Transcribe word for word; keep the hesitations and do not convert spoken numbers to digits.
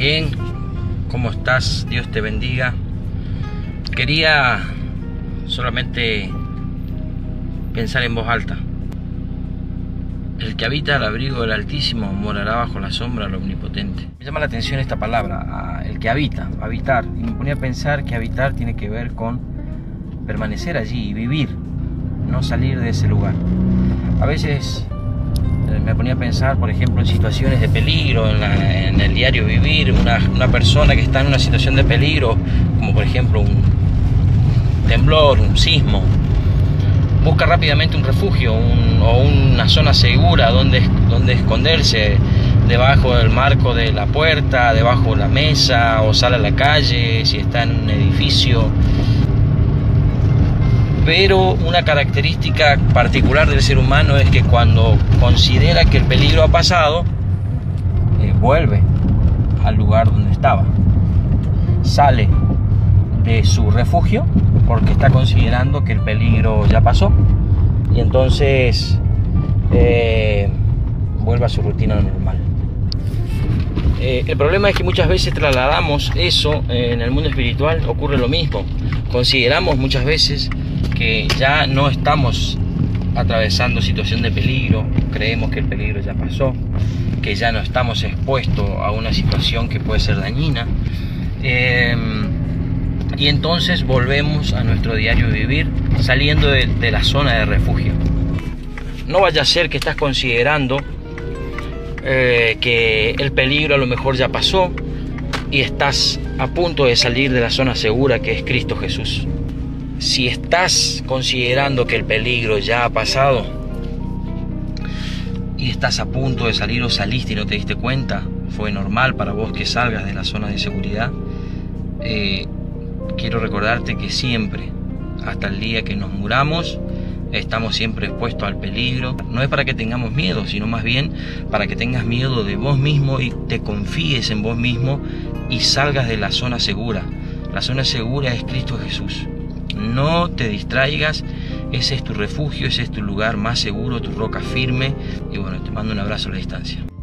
Bien, ¿cómo estás? Dios te bendiga. Quería solamente pensar en voz alta. El que habita al abrigo del Altísimo morará bajo la sombra del Omnipotente. Me llama la atención esta palabra, el que habita, habitar. Y me ponía a pensar que habitar tiene que ver con permanecer allí y vivir, no salir de ese lugar. A veces me ponía a pensar, por ejemplo, en situaciones de peligro, en, la, en el diario vivir, una, una persona que está en una situación de peligro, como por ejemplo un temblor, un sismo, busca rápidamente un refugio un, o una zona segura donde, donde esconderse, debajo del marco de la puerta, debajo de la mesa, o sale a la calle si está en un edificio. Pero una característica particular del ser humano es que cuando considera que el peligro ha pasado, eh, vuelve al lugar donde estaba. Sale de su refugio porque está considerando que el peligro ya pasó. Y entonces eh, vuelve a su rutina normal. Eh, el problema es que muchas veces trasladamos eso eh, en el mundo espiritual. Ocurre lo mismo. Consideramos muchas veces que ya no estamos atravesando situación de peligro, creemos que el peligro ya pasó, que ya no estamos expuestos a una situación que puede ser dañina, eh, y entonces volvemos a nuestro diario vivir saliendo de, de la zona de refugio. No vaya a ser que estás considerando eh, que el peligro a lo mejor ya pasó y estás a punto de salir de la zona segura que es Cristo Jesús. Si estás considerando que el peligro ya ha pasado y estás a punto de salir o saliste y no te diste cuenta, fue normal para vos que salgas de la zona de seguridad, eh, quiero recordarte que siempre, hasta el día que nos muramos, estamos siempre expuestos al peligro. No es para que tengamos miedo, sino más bien para que tengas miedo de vos mismo y te confíes en vos mismo y salgas de la zona segura. La zona segura es Cristo Jesús. No te distraigas, ese es tu refugio, ese es tu lugar más seguro, tu roca firme. Y bueno, te mando un abrazo a la distancia.